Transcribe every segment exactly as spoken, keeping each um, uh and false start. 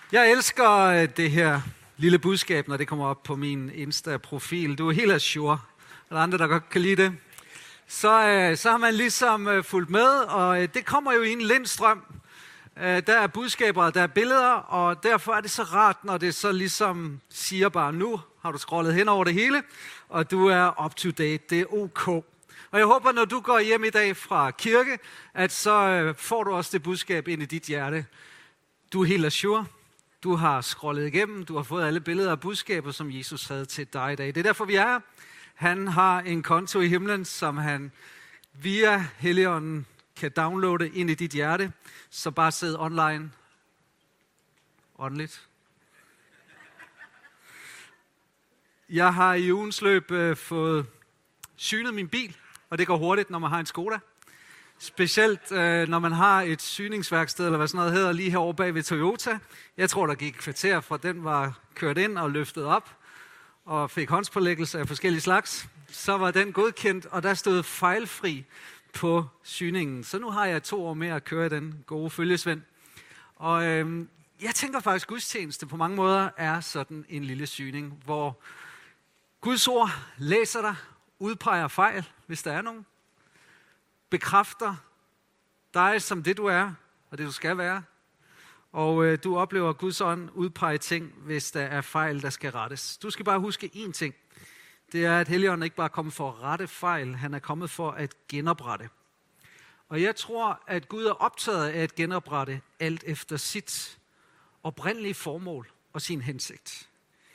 Jeg elsker det her lille budskab, når det kommer op på min Insta-profil. Du er helt ajour. Er der andre, der godt kan lide det? Så, så har man ligesom fulgt med, og det kommer jo i en lindstrøm. Der er budskaber, der er billeder, og derfor er det så rart, når det så ligesom siger bare, nu har du scrollet hen over det hele, og du er up to date. Det er ok. Og jeg håber, når du går hjem i dag fra kirke, at så får du også det budskab ind i dit hjerte. Du er helt ajour. Du har scrollet igennem, du har fået alle billeder og budskaber, som Jesus havde til dig i dag. Det er derfor, vi er her. Han har en konto i himlen, som han via Helligånden kan downloade ind i dit hjerte. Så bare sid online. Åndeligt. Jeg har i ugens løb øh, fået synet min bil, og det går hurtigt, når man har en Skoda. Specielt øh, når man har et syningsværksted, eller hvad sådan noget hedder, lige herovre bag ved Toyota. Jeg tror, der gik et kvarter fra den var kørt ind og løftet op, og fik håndspålæggelse af forskellige slags. Så var den godkendt, og der stod fejlfri på syningen. Så nu har jeg to år mere at køre den gode følgesvend. Og øh, jeg tænker faktisk, at gudstjeneste på mange måder er sådan en lille syning, hvor Guds ord læser dig, udpeger fejl, hvis der er nogen, bekræfter dig som det du er, og det du skal være. Og øh, du oplever Guds ånd udpege ting, hvis der er fejl, der skal rettes. Du skal bare huske én ting. Det er, at Helligånden ikke bare er kommet for at rette fejl, han er kommet for at genoprette. Og jeg tror, at Gud er optaget af at genoprette alt efter sit oprindelige formål og sin hensigt.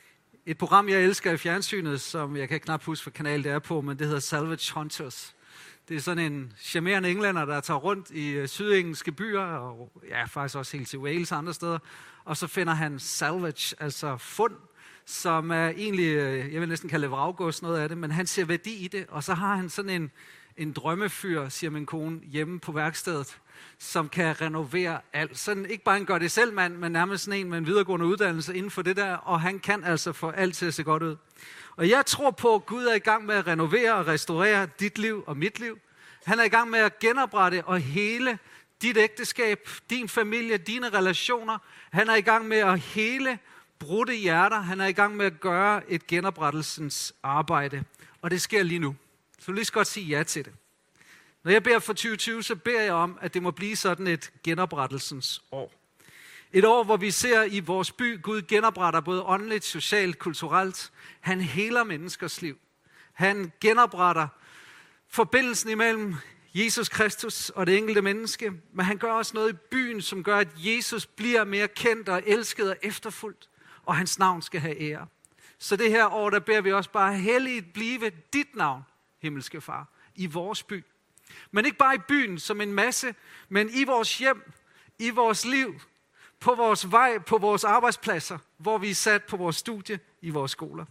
Et program, jeg elsker i fjernsynet, som jeg kan knap huske, hvad kanal det er på, men det hedder Salvage Hunters. Det er sådan en charmerende englænder, der tager rundt i sydengelske byer, og ja, faktisk også helt til Wales og andre steder. Og så finder han salvage, altså fund, som er egentlig, jeg vil næsten kalde det vraggods, noget af det, men han ser værdi i det. Og så har han sådan en, en drømmefyr, siger min kone, hjemme på værkstedet, som kan renovere alt. Sådan ikke bare en gør det selv mand, men nærmest sådan en med en videregående uddannelse inden for det der, og han kan altså få alt til at se godt ud. Og jeg tror på, at Gud er i gang med at renovere og restaurere dit liv og mit liv. Han er i gang med at genoprette og hele dit ægteskab, din familie, dine relationer. Han er i gang med at hele brudte hjerter. Han er i gang med at gøre et genoprettelsens arbejde. Og det sker lige nu. Så du lige så godt sige ja til det. Når jeg beder for tyve tyve, så beder jeg om, at det må blive sådan et genoprettelsens år. Et år, hvor vi ser i vores by, Gud genopretter både åndeligt, socialt, kulturelt. Han heler menneskers liv. Han genopretter forbindelsen imellem Jesus Kristus og det enkelte menneske. Men han gør også noget i byen, som gør, at Jesus bliver mere kendt og elsket og efterfulgt. Og hans navn skal have ære. Så det her år, der beder vi også bare, helligt blive dit navn, himmelske far, i vores by. Men ikke bare i byen som en masse, men i vores hjem, i vores liv, på vores vej, på vores arbejdspladser, hvor vi er sat på vores studie, i vores skoler.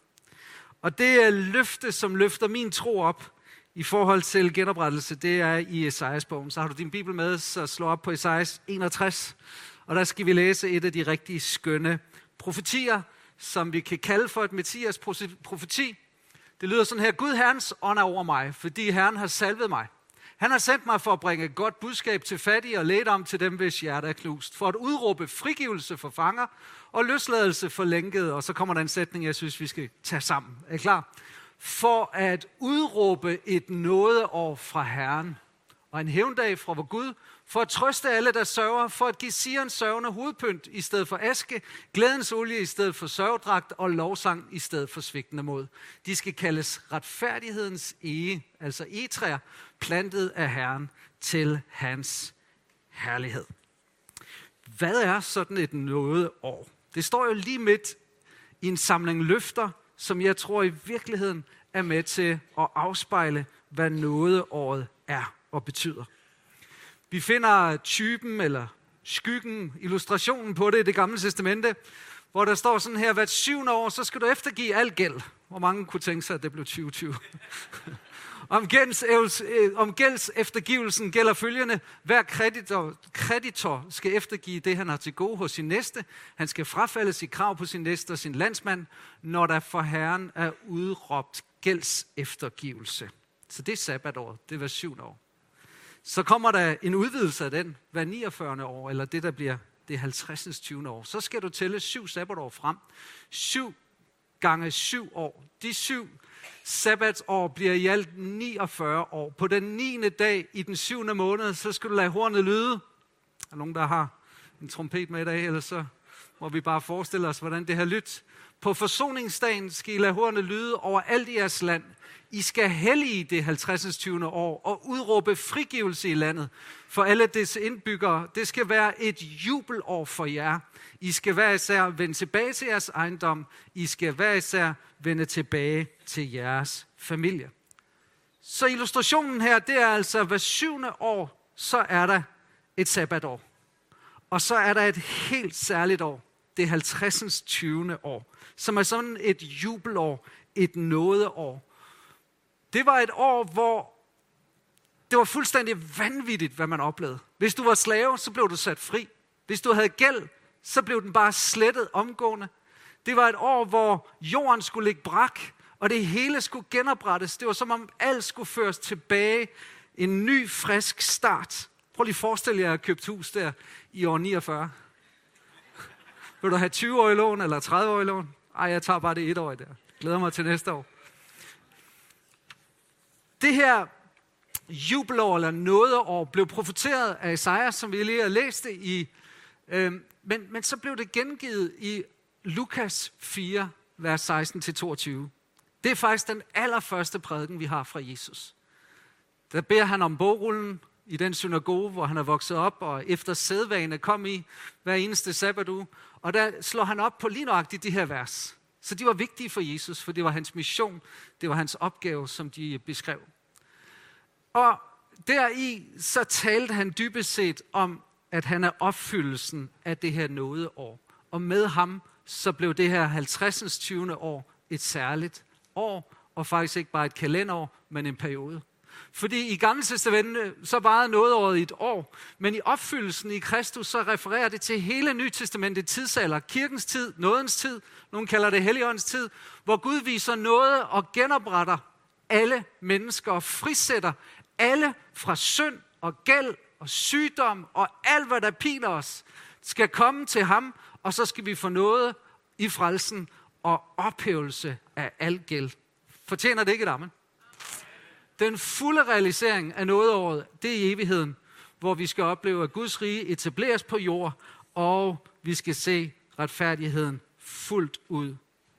Og det er løfte, som løfter min tro op i forhold til genoprettelse, det er i Esajas bogen. Så har du din bibel med, så slå op på Esajas enogtres, og der skal vi læse et af de rigtig skønne profetier, som vi kan kalde for et Messias profeti. Det lyder sådan her: Gud Herrens ånd er over mig, fordi Herren har salvet mig. Han har sendt mig for at bringe et godt budskab til fattige og lægedom til dem, hvis hjerte er knust. For at udråbe frigivelse for fanger og løsladelse for lænkede. Og så kommer der en sætning, jeg synes, vi skal tage sammen. Er I klar? For at udråbe et nådeår fra Herren og en hævndag fra vor Gud. For at trøste alle, der sørger. For at give Sion sørgende hovedpynt i stedet for aske. Glædens olie i stedet for sørgedragt. Og lovsang i stedet for svigtende mod. De skal kaldes retfærdighedens ege, altså egetræer, plantet af Herren til hans herlighed. Hvad er sådan et nådeår? Det står jo lige midt i en samling løfter, som jeg tror i virkeligheden er med til at afspejle, hvad nådeåret er og betyder. Vi finder typen eller skyggen, illustrationen på det i Det Gamle Testamente, hvor der står sådan her: hvert syvende år, så skal du eftergive al gæld. Hvor mange kunne tænke sig, at det blev tyve tyve? Om, gælds, om gælds eftergivelsen gælder følgende: hver kreditor, kreditor skal eftergive det, han har til gode hos sin næste. Han skal frafalde sit krav på sin næste og sin landsmand, når der for Herren er udråbt gælds eftergivelse. Så det er sabbatåret, det er hver syvende år. Så kommer der en udvidelse af den hver niogfyrrende år, eller det, der bliver det halvtreds tyvende år, så skal du tælle syv sabbatår frem. Syv gange syv år. De syv sabbatsår bliver i alt niogfyrre år. På den niende dag i den syvende måned, så skal du lade hornet lyde. Er der nogen, der har en trompet med i dag, eller så må vi bare forestille os, hvordan det har lyttet. På forsoningsdagen skal I lade hornet lyde over alt i jeres land. I skal hellige det halvtreds tyvende år og udråbe frigivelse i landet for alle dets indbyggere. Det skal være et jubelår for jer. I skal hver især vende tilbage til jeres ejendom. I skal hver især vende tilbage til jeres familie. Så illustrationen her, det er altså hver syvende år, så er der et sabbatår. Og så er der et helt særligt år, det halvtreds tyvende år, som er sådan et jubelår, et nådeår. Det var et år, hvor det var fuldstændig vanvittigt, hvad man oplevede. Hvis du var slave, så blev du sat fri. Hvis du havde gæld, så blev den bare slettet omgående. Det var et år, hvor jorden skulle ligge brak, og det hele skulle genoprettes. Det var som om alt skulle føres tilbage. En ny, frisk start. Prøv lige at forestille jer at have købt hus der i år niogfyrre. Vil du have tyve år i lån eller tredive år i lån? Ej, jeg tager bare det et år der. Glæder mig til næste år. Det her jubelår eller nådeår blev profeteret af Esajas, som vi lige har læst det i. Øh, men, men så blev det gengivet i Lukas fire, vers seksten til toogtyve. Det er faktisk den allerførste prædiken, vi har fra Jesus. Der beder han om bogrullen i den synagoge, hvor han er vokset op, og efter sædvane kom i hver eneste sabbatuge. Og der slår han op på lige nøjagtigt de her vers. Så de var vigtige for Jesus, for det var hans mission, det var hans opgave, som de beskrev. Og deri så talte han dybest set om, at han er opfyldelsen af det her nådeår. Og med ham, så blev det her halvtreds tyvende år et særligt år, og faktisk ikke bare et kalenderår, men en periode. Fordi i Gamle Testamente, så varede nådeåret i et år, men i opfyldelsen i Kristus, så refererer det til hele Nye Testamentet tidsalder, kirkens tid, nådens tid, nogen kalder det Helligåndens tid, hvor Gud viser nåde og genopretter alle mennesker og frisætter alle fra synd og gæld og sygdom og alt, hvad der piner os, skal komme til ham, og så skal vi få noget i frelsen og ophævelse af al gæld. Fortjener det ikke et amen? Den fulde realisering af nådeåret, det er evigheden, hvor vi skal opleve, at Guds rige etableres på jord, og vi skal se retfærdigheden fuldt ud.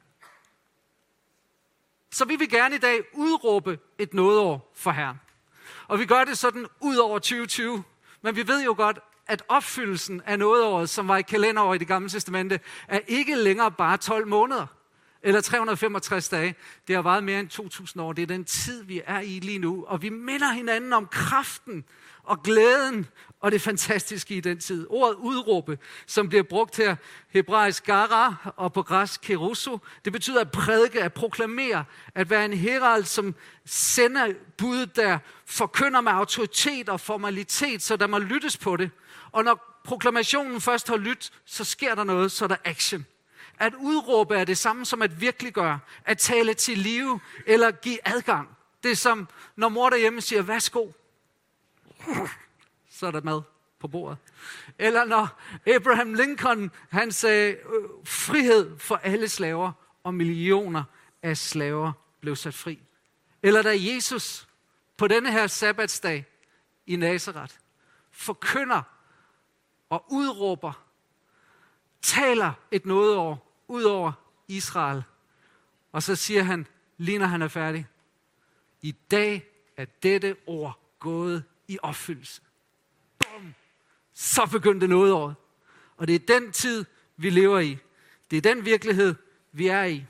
Så vi vil gerne i dag udråbe et nådeår for Herren. Og vi gør det sådan ud over tyve tyve, men vi ved jo godt, at opfyldelsen af nådeåret, som var i kalenderår i Det Gamle Testamente, er ikke længere bare tolv måneder. Eller tre hundrede og femogtres dage. Det har varet mere end to tusind år. Det er den tid, vi er i lige nu. Og vi minder hinanden om kraften og glæden og det fantastiske i den tid. Ordet udråbe, som bliver brugt her, hebraisk gara og på græsk keruso, det betyder at prædike, at proklamere, at være en herald, som sender bud, der forkynder med autoritet og formalitet, så der må lyttes på det. Og når proklamationen først har lyttet, så sker der noget, så er der action. At udråbe er det samme som at virkeliggøre, at tale til live eller give adgang. Det er som, når mor derhjemme siger, værsgo, så er der mad på bordet. Eller når Abraham Lincoln, han sagde, frihed for alle slaver, og millioner af slaver blev sat fri. Eller da Jesus på denne her sabbatsdag i Nazareth forkynder og udråber, taler et nådeår ud over Israel. Og så siger han, lige når han er færdig, i dag er dette ord gået i opfyldelse. Bum! Så begyndte nådeåret. Og det er den tid, vi lever i. Det er den virkelighed, vi er i.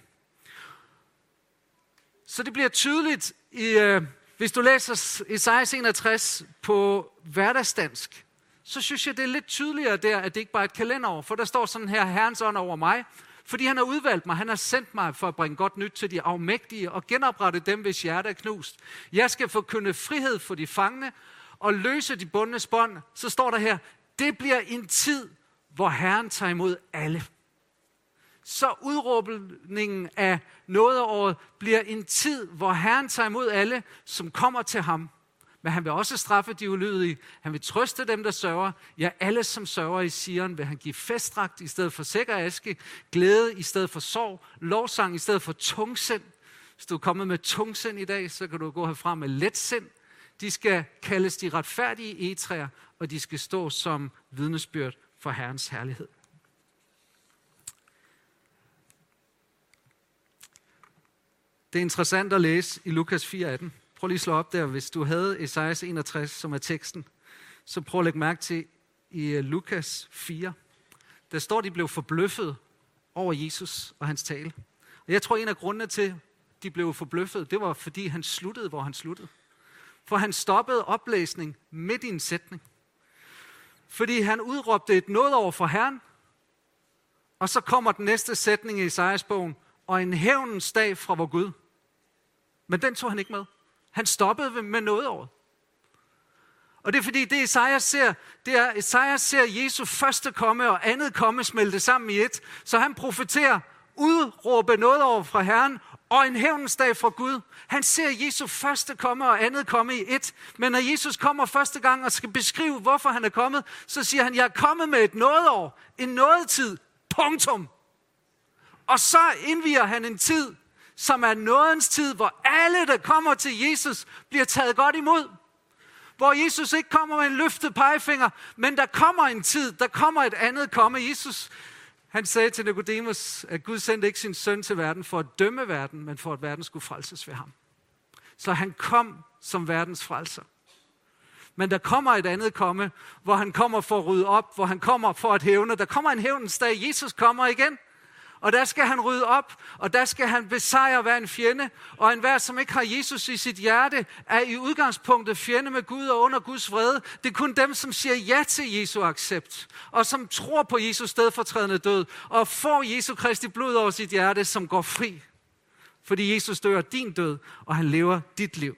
Så det bliver tydeligt, i, øh, hvis du læser Esajas enogtres på hverdagsdansk, så synes jeg, det er lidt tydeligere der, at det ikke bare er et kalenderår. For der står sådan her, Herrens ånd over mig, fordi han har udvalgt mig. Han har sendt mig for at bringe godt nyt til de afmægtige og genoprette dem, hvis hjerte er knust. Jeg skal forkynde frihed for de fangne og løse de bundnes bånd. Så står der her, det bliver en tid, hvor Herren tager imod alle. Så udråbningen af nådeåret bliver en tid, hvor Herren tager imod alle, som kommer til ham. Men han vil også straffe de ulydige. Han vil trøste dem, der sørger. Ja, alle, som sørger i Sion, vil han give festdragt i stedet for sæk og aske, glæde i stedet for sorg, lovsang i stedet for tungsind. Hvis du er kommet med tungsind i dag, så kan du gå herfra med letsind. De skal kaldes de retfærdige egetræer, og de skal stå som vidnesbyrd for Herrens herlighed. Det er interessant at læse i Lukas fire atten. Prøv lige at slå op der, hvis du havde Esajas enogtres, som er teksten. Så prøv at lægge mærke til i Lukas fire. Der står, de blev forbløffet over Jesus og hans tale. Og jeg tror, en af grundene til, de blev forbløffet, det var, fordi han sluttede, hvor han sluttede. For han stoppede oplæsning midt i en sætning. Fordi han udråbte et nåde over for Herren, og så kommer den næste sætning i Esajas bogen, og en hævnens dag fra vor Gud. Men den tog han ikke med. Han stoppede med noget over. Og det er fordi, det Esajas ser, det er, Esajas ser Jesu første komme og andet komme smelte sammen i et. Så han profeterer, udråbe noget over fra Herren, og en hævnens dag fra Gud. Han ser Jesu første komme og andet komme i et. Men når Jesus kommer første gang og skal beskrive, hvorfor han er kommet, så siger han, jeg er kommet med et nådeår, en nådetid, punktum. Og så indviger han en tid, som er nådens tid, hvor alle, der kommer til Jesus, bliver taget godt imod. Hvor Jesus ikke kommer med en løftet pegefinger, men der kommer en tid, der kommer et andet komme. Jesus, han sagde til Nikodemus, at Gud sendte ikke sin søn til verden for at dømme verden, men for at verden skulle frelses ved ham. Så han kom som verdens frelser. Men der kommer et andet komme, hvor han kommer for at rydde op, hvor han kommer for at hævne. Der kommer en hævnens dag. Jesus kommer igen. Og der skal han rydde op, og der skal han besejre hver en fjende. Og enhver, som ikke har Jesus i sit hjerte, er i udgangspunktet fjende med Gud og under Guds vrede. Det er kun dem, som siger ja til Jesu accept, og som tror på Jesus stedfortrædende død, og får Jesu Kristi blod over sit hjerte, som går fri. Fordi Jesus dør din død, og han lever dit liv.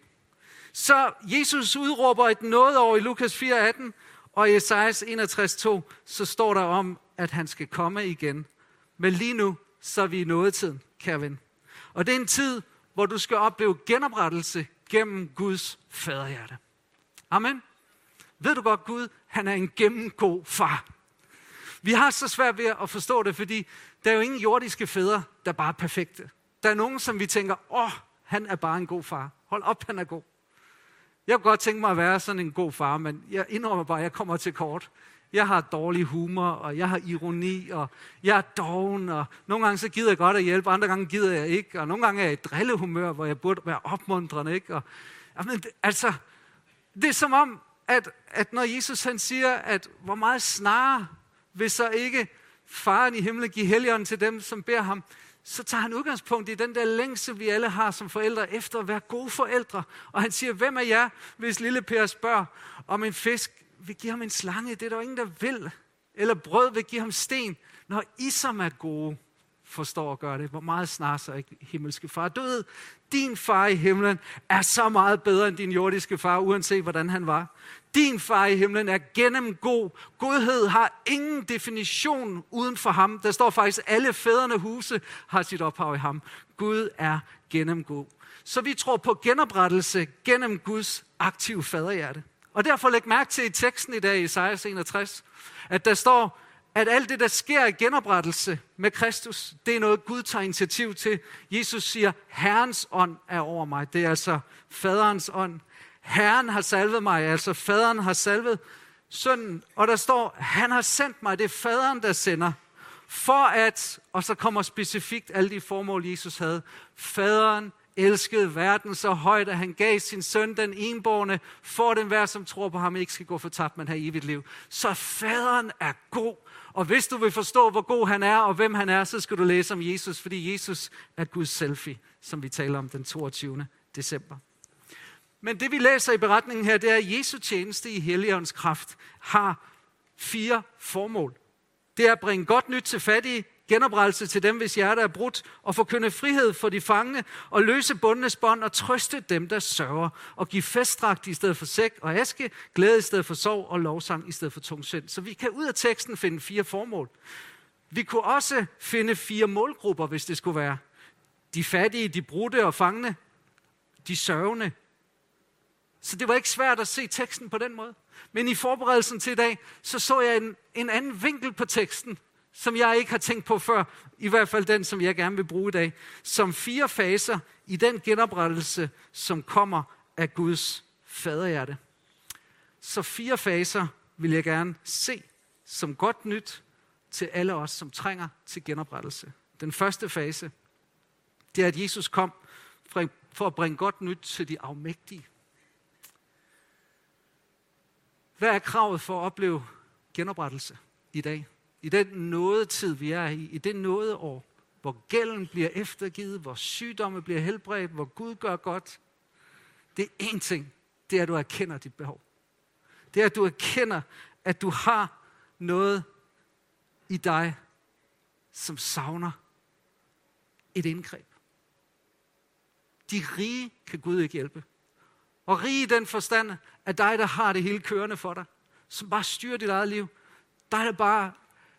Så Jesus udråber et nådeår i Lukas fire atten, og i Esajas enogtres to, så står der om, at han skal komme igen. Men lige nu, så er vi i nådetiden, kære ven. Og det er en tid, hvor du skal opleve genoprettelse gennem Guds faderhjerte. Amen. Ved du godt, Gud, han er en gennemgod far. Vi har så svært ved at forstå det, fordi der er jo ingen jordiske fædre, der bare er perfekte. Der er nogen, som vi tænker, åh, han er bare en god far. Hold op, han er god. Jeg kunne godt tænke mig at være sådan en god far, men jeg indrømmer bare, at jeg kommer til kort. Jeg har dårlig humor, og jeg har ironi, og jeg er doven, og nogle gange så gider jeg godt at hjælpe, andre gange gider jeg ikke, og nogle gange er jeg i drillehumør, hvor jeg burde være opmuntrende, ikke? Og, jamen, altså, det er som om, at, at når Jesus han siger, at hvor meget snarere vil så ikke faren i himlen give Helligånden til dem, som beder ham, så tager han udgangspunkt i den der længsel, vi alle har som forældre, efter at være gode forældre. Og han siger, hvem af jer, hvis lille Per spørger om en fisk, vil give ham en slange? Det er der ingen, der vil. Eller brød vil give ham sten. Når I som er gode, forstår at gøre det, hvor meget snart så ikke himmelske far. Du ved, din far i himlen er så meget bedre end din jordiske far, uanset hvordan han var. Din far i himlen er gennemgod. Godhed har ingen definition uden for ham. Der står faktisk, at alle fædrene huse har sit ophav i ham. Gud er gennemgod. Så vi tror på genoprettelse gennem Guds aktive faderhjerte. Og derfor læg mærke til i teksten i dag i Esajas enogtres, at der står, at alt det, der sker i genoprettelse med Kristus, det er noget, Gud tager initiativ til. Jesus siger, Herrens ånd er over mig. Det er altså faderens ånd. Herren har salvet mig, altså faderen har salvet sønnen. Og der står, han har sendt mig, det er faderen, der sender. For at, og så kommer specifikt alle de formål, Jesus havde. Faderen elskede verden så højt, at han gav sin søn, den enbårne, for den hver, som tror på ham, ikke skal gå fortabt, men have evigt liv. Så faderen er god. Og hvis du vil forstå, hvor god han er, og hvem han er, så skal du læse om Jesus, fordi Jesus er Guds selfie, som vi taler om den toogtyvende december. Men det vi læser i beretningen her, det er, at Jesu tjeneste i Helligåndens kraft har fire formål. Det er at bringe godt nyt til fattige, genoprettelse til dem, hvis hjerte er brudt, og forkynde frihed for de fangne, og løse bundenes bånd, og trøste dem, der sørger, og give festdragt i stedet for sæk og aske, glæde i stedet for sorg, og lovsang i stedet for tungsind. Så vi kan ud af teksten finde fire formål. Vi kunne også finde fire målgrupper, hvis det skulle være. De fattige, de brudte og fangne, de sørgende, Så det var ikke svært at se teksten på den måde. Men i forberedelsen til i dag, så så jeg en, en anden vinkel på teksten, som jeg ikke har tænkt på før, i hvert fald den, som jeg gerne vil bruge i dag, som fire faser i den genoprettelse, som kommer af Guds faderhjerte. Så fire faser vil jeg gerne se som godt nyt til alle os, som trænger til genoprettelse. Den første fase, det er, at Jesus kom for at bringe godt nyt til de afmægtige. Hvad er kravet for at opleve genoprettelse i dag? I den nådetid, vi er i, i det nådeår, hvor gælden bliver eftergivet, hvor sygdomme bliver helbredt, hvor Gud gør godt. Det er én ting, det er, at du erkender dit behov. Det er, at du erkender, at du har noget i dig, som savner et indgreb. De rige kan Gud ikke hjælpe. Og rige i den forstand, at dig, der har det hele kørende for dig, som bare styrer dit eget liv, dig, der bare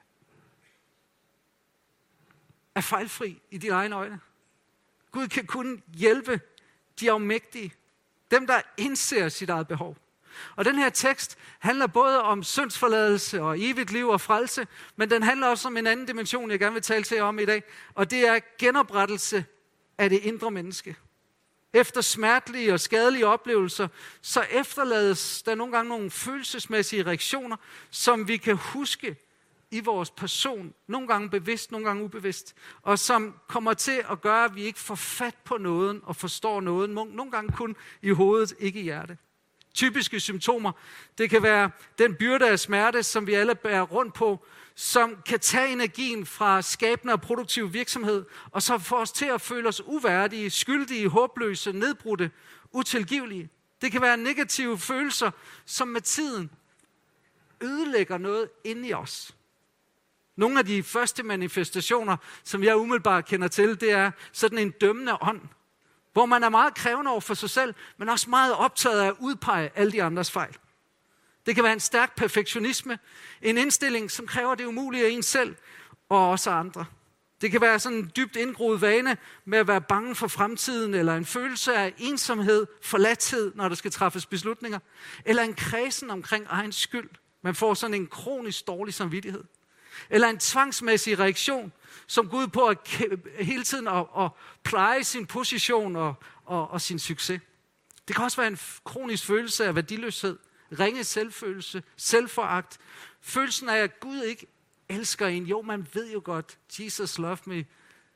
er fejlfri i dine egne øjne. Gud kan kun hjælpe de afmægtige, dem der indser sit eget behov. Og den her tekst handler både om syndsforladelse og evigt liv og frelse, men den handler også om en anden dimension, jeg gerne vil tale til jer om i dag, og det er genoprettelse af det indre menneske. Efter smertelige og skadelige oplevelser, så efterlades der nogle gange nogle følelsesmæssige reaktioner, som vi kan huske i vores person, nogle gange bevidst, nogle gange ubevidst, og som kommer til at gøre, at vi ikke får fat på noget og forstår noget, nogle gange kun i hovedet, ikke i hjertet. Typiske symptomer, det kan være den byrde af smerte, som vi alle bærer rundt på, som kan tage energien fra skabende og produktiv virksomhed, og så får os til at føle os uværdige, skyldige, håbløse, nedbrudte, utilgivelige. Det kan være negative følelser, som med tiden ødelægger noget inde i os. Nogle af de første manifestationer, som jeg umiddelbart kender til, det er sådan en dømmende ånd, hvor man er meget krævende over for sig selv, men også meget optaget af at udpege alle de andres fejl. Det kan være en stærk perfektionisme, en indstilling, som kræver det umulige af en selv og også af andre. Det kan være sådan en dybt indgroet vane med at være bange for fremtiden, eller en følelse af ensomhed, forladthed, når der skal træffes beslutninger, eller en kredsen omkring egen skyld. Man får sådan en kronisk dårlig samvittighed. Eller en tvangsmæssig reaktion, som går ud på at hele tiden at, at pleje sin position og, og, og sin succes. Det kan også være en kronisk følelse af værdiløshed, ringe selvfølelse, selvforagt, følelsen af, at Gud ikke elsker en. Jo, man ved jo godt, Jesus loved me.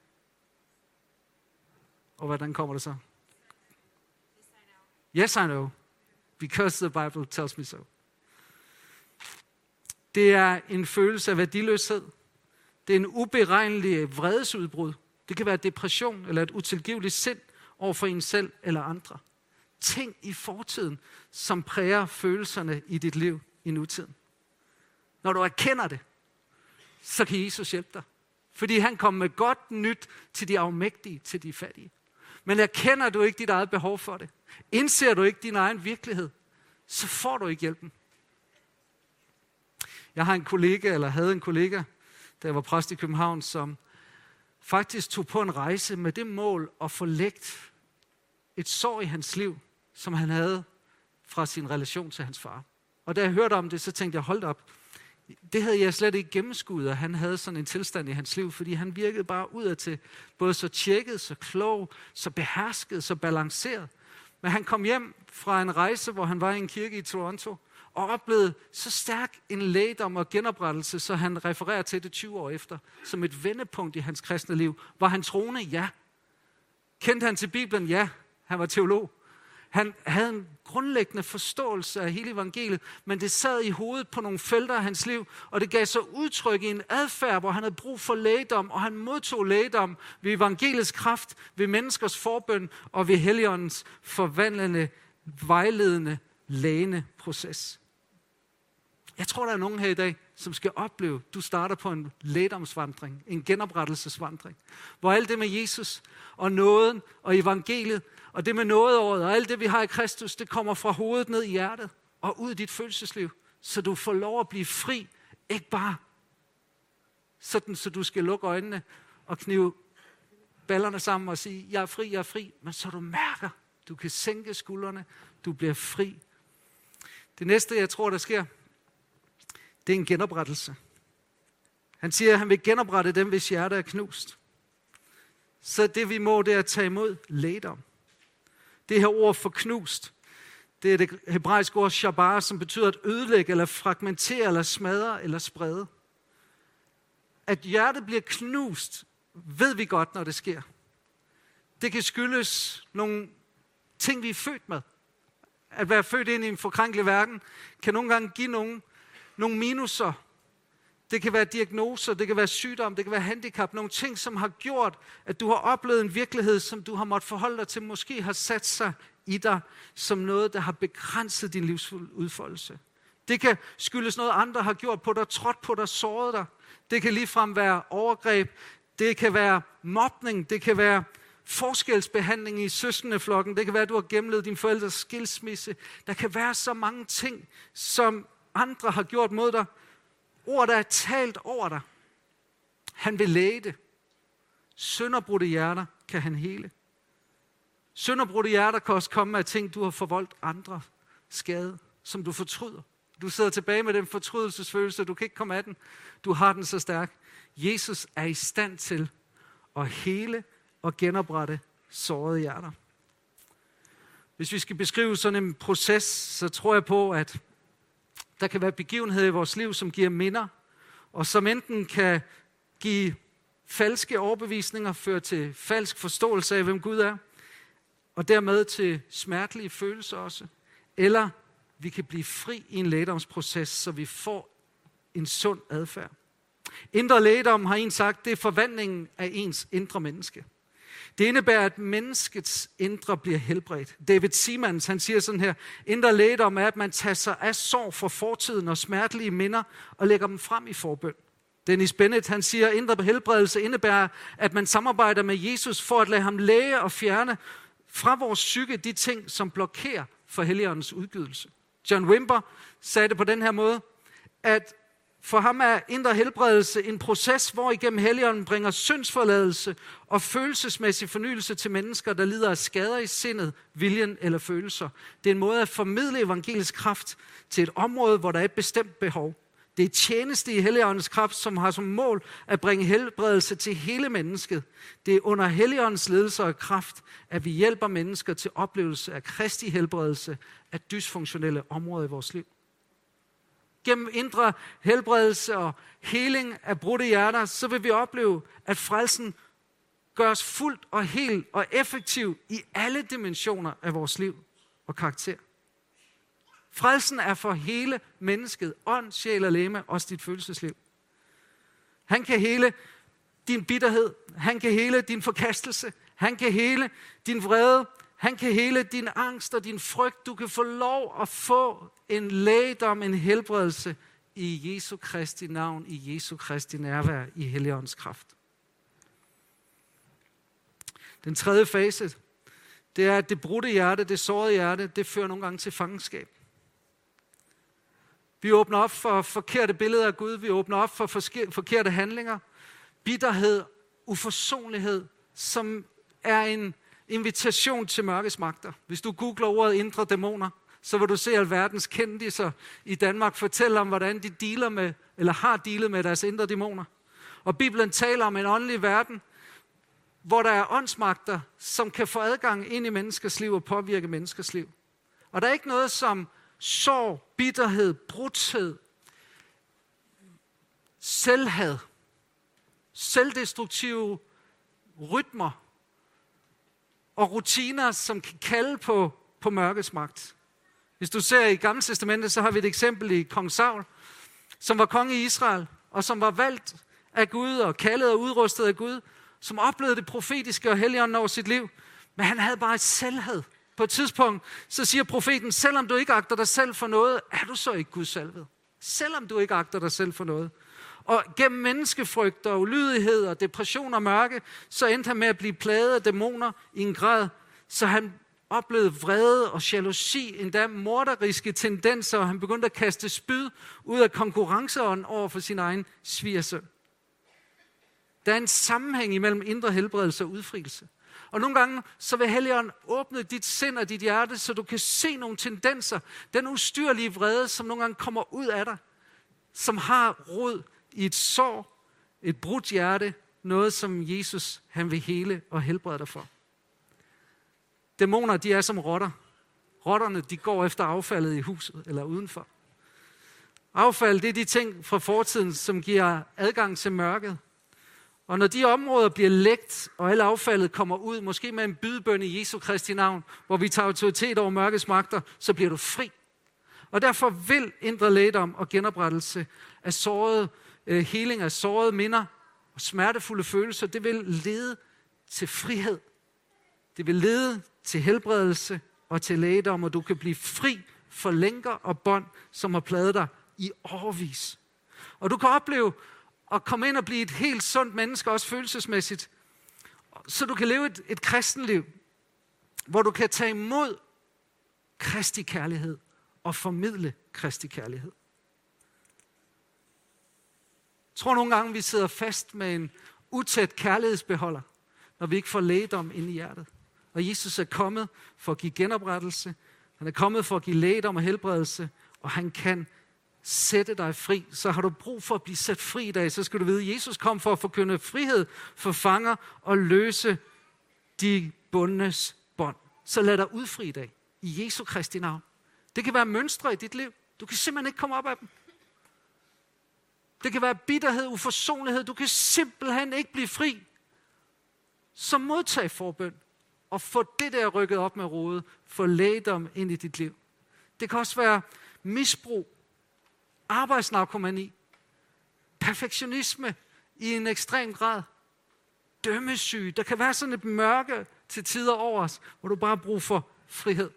Og hvordan kommer det så? Yes, I know. Because the Bible tells me so. Det er en følelse af værdiløshed. Det er en uberegnelig vredesudbrud. Det kan være depression eller et utilgiveligt sind over for en selv eller andre. Ting i fortiden, som præger følelserne i dit liv i nutiden. Når du erkender det, så kan Jesus hjælpe dig. Fordi han kom med godt nyt til de afmægtige, til de fattige. Men erkender du ikke dit eget behov for det, indser du ikke din egen virkelighed, så får du ikke hjælpen. Jeg har en kollega, eller havde en kollega, da jeg var præst i København, som faktisk tog på en rejse med det mål at få lægt et sår i hans liv, som han havde fra sin relation til hans far. Og da jeg hørte om det, så tænkte jeg, hold op, det havde jeg slet ikke gennemskuet, at han havde sådan en tilstand i hans liv, fordi han virkede bare udadtil, både så tjekket, så klog, så behersket, så balanceret. Men han kom hjem fra en rejse, hvor han var i en kirke i Toronto, og oplevede så stærk en lægedom og genoprettelse, så han refererer til det tyve år efter, som et vendepunkt i hans kristne liv. Var han troende? Ja. Kendte han til Bibelen? Ja. Han var teolog. Han havde en grundlæggende forståelse af hele evangeliet, men det sad i hovedet på nogle felter af hans liv, og det gav så udtryk i en adfærd, hvor han havde brug for lægedom, og han modtog lægedom ved evangeliets kraft, ved menneskers forbøn og ved Helligåndens forvandlende, vejledende, lægende proces. Jeg tror, der er nogen her i dag, som skal opleve, du starter på en lægedomsvandring, en genoprettelsesvandring, hvor alt det med Jesus og nåden og evangeliet, og det med nådeåret og alt det, vi har i Kristus, det kommer fra hovedet ned i hjertet og ud i dit følelsesliv, så du får lov at blive fri, ikke bare sådan, så du skal lukke øjnene og knive ballerne sammen og sige, jeg er fri, jeg er fri, men så du mærker, Du kan sænke skuldrene. Du bliver fri. Det næste, jeg tror, der sker, det er en genoprettelse. Han siger, at han vil genoprette dem, hvis hjerte er knust. Så det vi må, det er at tage imod lægedom. Det her ord for knust, det er det hebraiske ord shabar, som betyder at ødelægge, eller fragmentere, eller smadre, eller sprede. At hjertet bliver knust, ved vi godt, når det sker. Det kan skyldes nogle ting, vi er født med. At være født ind i en forkrænkelig verden, kan nogle gange give nogle, nogle minuser. Det kan være diagnoser, det kan være sygdom, det kan være handicap. Nogle ting, som har gjort, at du har oplevet en virkelighed, som du har måttet forholde dig til, måske har sat sig i dig som noget, der har begrænset din livsudfoldelse. Det kan skyldes noget, andre har gjort på dig, trådt på dig, såret dig. Det kan ligefrem være overgreb, det kan være mobning, det kan være forskelsbehandling i søskendeflokken, det kan være, at du har gennemlevet din forældres skilsmisse. Der kan være så mange ting, som andre har gjort mod dig. Ord, der er talt over dig. Han vil læge det. Sønderbrudte hjerter kan han hele. Sønderbrudte hjerter kan også komme af ting, du har forvoldt andre skade, som du fortryder. Du sidder tilbage med den fortrydelsesfølelse, du kan ikke komme af den. Du har den så stærk. Jesus er i stand til at hele og genoprette sårede hjerter. Hvis vi skal beskrive sådan en proces, så tror jeg på, at der kan være begivenheder i vores liv, som giver minder, og som enten kan give falske overbevisninger, føre til falsk forståelse af, hvem Gud er, og dermed til smertelige følelser også. Eller vi kan blive fri i en lægedomsproces, så vi får en sund adfærd. Indre lægedom, har en sagt, det er forvandlingen af ens indre menneske. Det indebærer, at menneskets indre bliver helbredt. David Seamands, han siger sådan her, indre lægedom er, at man tager sig af sorg for fortiden og smertelige minder og lægger dem frem i forbøn. Dennis Bennett, han siger, indre helbredelse indebærer, at man samarbejder med Jesus for at lade ham læge og fjerne fra vores psyke de ting, som blokerer for Helligåndens udgydelse. John Wimber sagde det på den her måde, at for ham er indre helbredelse en proces, hvor igennem Helligånden bringer syndsforladelse og følelsesmæssig fornyelse til mennesker, der lider af skader i sindet, viljen eller følelser. Det er en måde at formidle evangelisk kraft til et område, hvor der er et bestemt behov. Det er tjeneste i Helligåndens kraft, som har som mål at bringe helbredelse til hele mennesket. Det er under Helligåndens ledelse og kraft, at vi hjælper mennesker til oplevelse af Kristi helbredelse af dysfunktionelle områder i vores liv. Gennem indre helbredelse og heling af brudte hjerter, så vil vi opleve, at frelsen gøres fuldt og helt og effektiv i alle dimensioner af vores liv og karakter. Frelsen er for hele mennesket, ånd, sjæl og legeme, også dit følelsesliv. Han kan hele din bitterhed, han kan hele din forkastelse, han kan hele din vrede, han kan hele din angst og din frygt. Du kan få lov at få en lægedom, en helbredelse i Jesu Kristi navn, i Jesu Kristi nærvær, i Helligåndens kraft. Den tredje fase, det er, at det brudte hjerte, det sårede hjerte, det fører nogle gange til fangenskab. Vi åbner op for forkerte billeder af Gud, vi åbner op for forkerte handlinger, bitterhed, uforsonlighed, som er en invitation til mørkets magter. Hvis du googler ordet indre dæmoner, så vil du se alverdens kendisser i Danmark fortælle om, hvordan de dealer med, eller har dealet med deres indre dæmoner. Og Bibelen taler om en åndelig verden, hvor der er åndsmagter, som kan få adgang ind i menneskers liv og påvirke menneskers liv. Og der er ikke noget som sorg, bitterhed, brudthed, selvhad, selvdestruktive rytmer og rutiner, som kan kalde på, på mørkets magt. Hvis du ser i Gamle Testamentet, så har vi et eksempel i kong Saul, som var konge i Israel, og som var valgt af Gud og kaldet og udrustet af Gud, som oplevede det profetiske og Helligånden over sit liv, men han havde bare et selvhad. På et tidspunkt, så siger profeten, selvom du ikke agter dig selv for noget, er du så ikke Guds salvet. Selvom du ikke agter dig selv for noget. Og gennem menneskefrygt og ulydighed og depression og mørke, så endte han med at blive plaget af dæmoner i en grad, så han oplevede vrede og jalousi, endda morderiske tendenser, og han begyndte at kaste spyd ud af konkurrenceånden over for sin egen svigersøn. Der er en sammenhæng imellem indre helbredelse og udfrielse. Og nogle gange, så vil Helligånden åbne dit sind og dit hjerte, så du kan se nogle tendenser. Den ustyrlige vrede, som nogle gange kommer ud af dig, som har rod i et sår, et brudt hjerte, noget som Jesus han vil hele og helbrede dig for. Dæmoner, de er som rotter. Rotterne, de går efter affaldet i huset eller udenfor. Affald, det er de ting fra fortiden, som giver adgang til mørket. Og når de områder bliver lægt, og alt affaldet kommer ud, måske med en bydebøn i Jesu Kristi navn, hvor vi tager autoritet over mørkets magter, så bliver du fri. Og derfor vil indre lægedom og genoprettelse af sårede, øh, heling af sårede minder og smertefulde følelser, det vil lede til frihed. Det vil lede til helbredelse og til lægedom, og du kan blive fri for lænker og bånd, som har plaget dig i årevis. Og du kan opleve at komme ind og blive et helt sundt menneske, også følelsesmæssigt, så du kan leve et, et kristenliv, hvor du kan tage imod Kristi kærlighed og formidle Kristi kærlighed. Jeg tror nogle gange, vi sidder fast med en utæt kærlighedsbeholder, når vi ikke får lægedom ind i hjertet. Og Jesus er kommet for at give genoprettelse, han er kommet for at give lægedom og helbredelse, og han kan sætte dig fri. Så har du brug for at blive sat fri i dag, så skal du vide, at Jesus kom for at forkynde frihed for fanger og løse de bundnes bånd. Så lad dig udfri i dag, i Jesu Kristi navn. Det kan være mønstre i dit liv. Du kan simpelthen ikke komme op af dem. Det kan være bitterhed, uforsonlighed. Du kan simpelthen ikke blive fri. Så modtag forbøn og få det der rykket op med rodet. Få lægedom ind i dit liv. Det kan også være misbrug, arbejdsnarkomani, perfektionisme i en ekstrem grad, dømmesyge. Der kan være sådan et mørke til tider over os, hvor du bare har brug for frihed.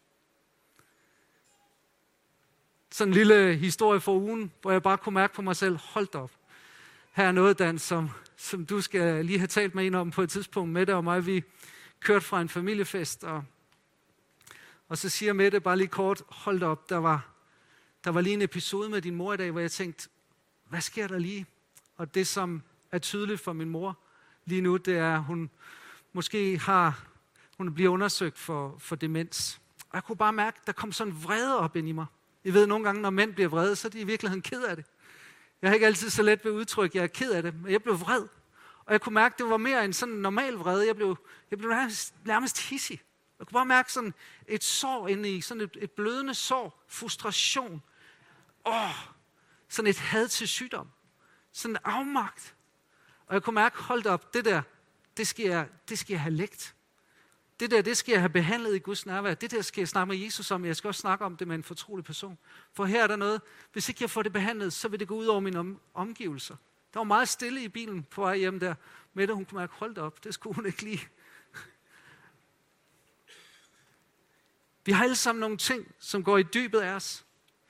Sådan en lille historie fra ugen, hvor jeg bare kunne mærke på mig selv, hold op. Her er noget, Dan, som, som du skal lige have talt med en om på et tidspunkt. Mette og mig, vi kørte fra en familiefest, og, og så siger Mette bare lige kort, hold op, der var, der var lige en episode med din mor i dag, hvor jeg tænkte, hvad sker der lige? Og det, som er tydeligt for min mor lige nu, det er, at hun måske har, hun bliver undersøgt for, for demens. Og jeg kunne bare mærke, der kom sådan en vrede op ind i mig. I ved, nogle gange, når mænd bliver vrede, så er de i virkeligheden ked af det. Jeg har ikke altid så let ved at udtrykke, at jeg er ked af det, men jeg blev vred. Og jeg kunne mærke, at det var mere end sådan en normal vrede. Jeg blev, jeg blev nærmest, nærmest hissig. Jeg kunne bare mærke sådan et sår inde i, sådan et, et blødende sår, frustration. Åh, sådan et had til sygdom. Sådan en afmagt. Og jeg kunne mærke, hold op, det der, det skal jeg, det skal jeg have lægt. Det der, det skal jeg have behandlet i Guds nærvær. Det der skal jeg snakke med Jesus om. Jeg skal også snakke om det med en fortrolig person. For her er der noget, hvis ikke jeg får det behandlet, så vil det gå ud over mine om- omgivelser. Der var meget stille i bilen på vej hjem der. Mette, hun kunne mærke, hold op, det skulle hun ikke lide. Vi har alle sammen nogle ting, som går i dybet af os.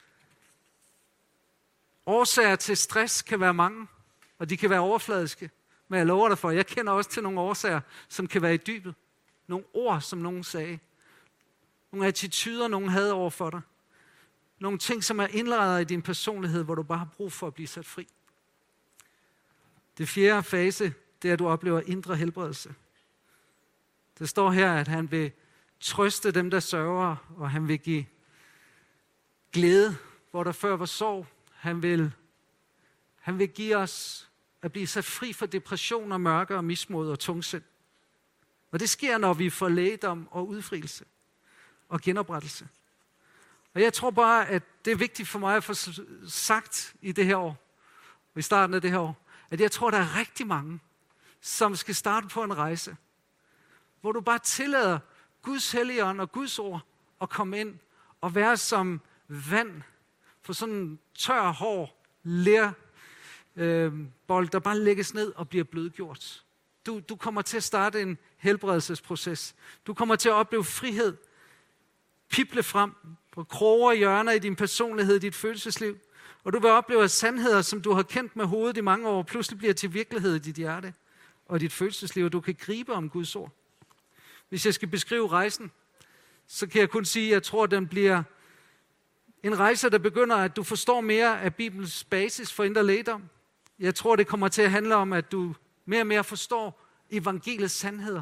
Årsager til stress kan være mange, og de kan være overfladiske. Men jeg lover dig for, jeg kender også til nogle årsager, som kan være i dybet. Nogle ord, som nogen sagde. Nogle attityder, nogen havde over for dig. Nogle ting, som er indrettet i din personlighed, hvor du bare har brug for at blive sat fri. Det fjerde fase, det er, at du oplever indre helbredelse. Det står her, at han vil trøste dem, der sørger, og han vil give glæde, hvor der før var sorg. Han vil, han vil give os at blive sat fri fra depression og mørke og mismod og tungsind. Og det sker, når vi får lægedom og udfrielse og genoprettelse. Og jeg tror bare, at det er vigtigt for mig at få sagt i det her år, i starten af det her år, at jeg tror, der er rigtig mange, som skal starte på en rejse, hvor du bare tillader Guds Helligånd og Guds ord at komme ind og være som vand for sådan en tør, hård lerbold, øh, der bare lægges ned og bliver blødgjort. Du, du kommer til at starte en helbredelsesproces. Du kommer til at opleve frihed, pible frem på kroge og hjørner i din personlighed, i dit følelsesliv. Og du vil opleve, at sandheder, som du har kendt med hovedet i mange år, pludselig bliver til virkelighed i dit hjerte og i dit følelsesliv, og du kan gribe om Guds ord. Hvis jeg skal beskrive rejsen, så kan jeg kun sige, at jeg tror, at den bliver en rejse, der begynder, at du forstår mere af Bibelens basis for indre lægedom. Jeg tror, det kommer til at handle om, at du mere og mere forstår evangeliets sandheder.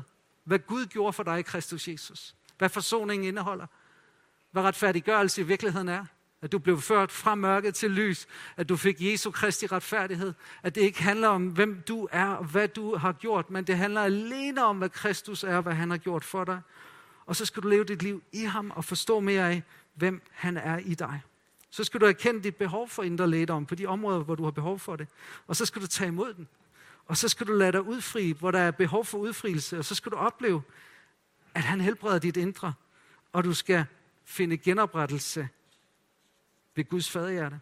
hvad Gud gjorde for dig i Kristus Jesus. Hvad forsoningen indeholder. Hvad retfærdiggørelse i virkeligheden er. At du blev ført fra mørket til lys. At du fik Jesu Kristi retfærdighed. At det ikke handler om, hvem du er og hvad du har gjort, men det handler alene om, hvad Kristus er og hvad han har gjort for dig. Og så skal du leve dit liv i ham og forstå mere af, hvem han er i dig. Så skal du erkende dit behov for indre lægedom på de områder, hvor du har behov for det. Og så skal du tage imod den. Og så skal du lade dig udfri, hvor der er behov for udfrielse. Og så skal du opleve, at han helbreder dit indre. Og du skal finde genoprettelse ved Guds faderhjerte.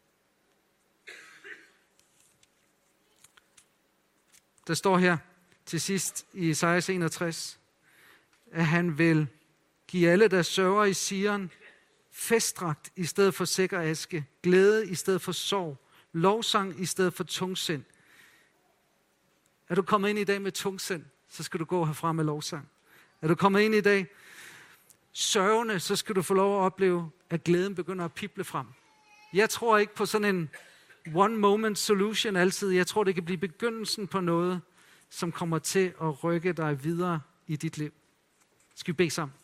Der står her til sidst i Esajas enogtres, at han vil give alle, der sørger i Sion, festdragt i stedet for sæk og aske, glæde i stedet for sorg, lovsang i stedet for tungsind. Er du kommet ind i dag med tungsind, så skal du gå herfra med lovsang. Er du kommet ind i dag sørgende, så skal du få lov at opleve, at glæden begynder at pible frem. Jeg tror ikke på sådan en one moment solution altid. Jeg tror, det kan blive begyndelsen på noget, som kommer til at rykke dig videre i dit liv. Skal vi bede sammen?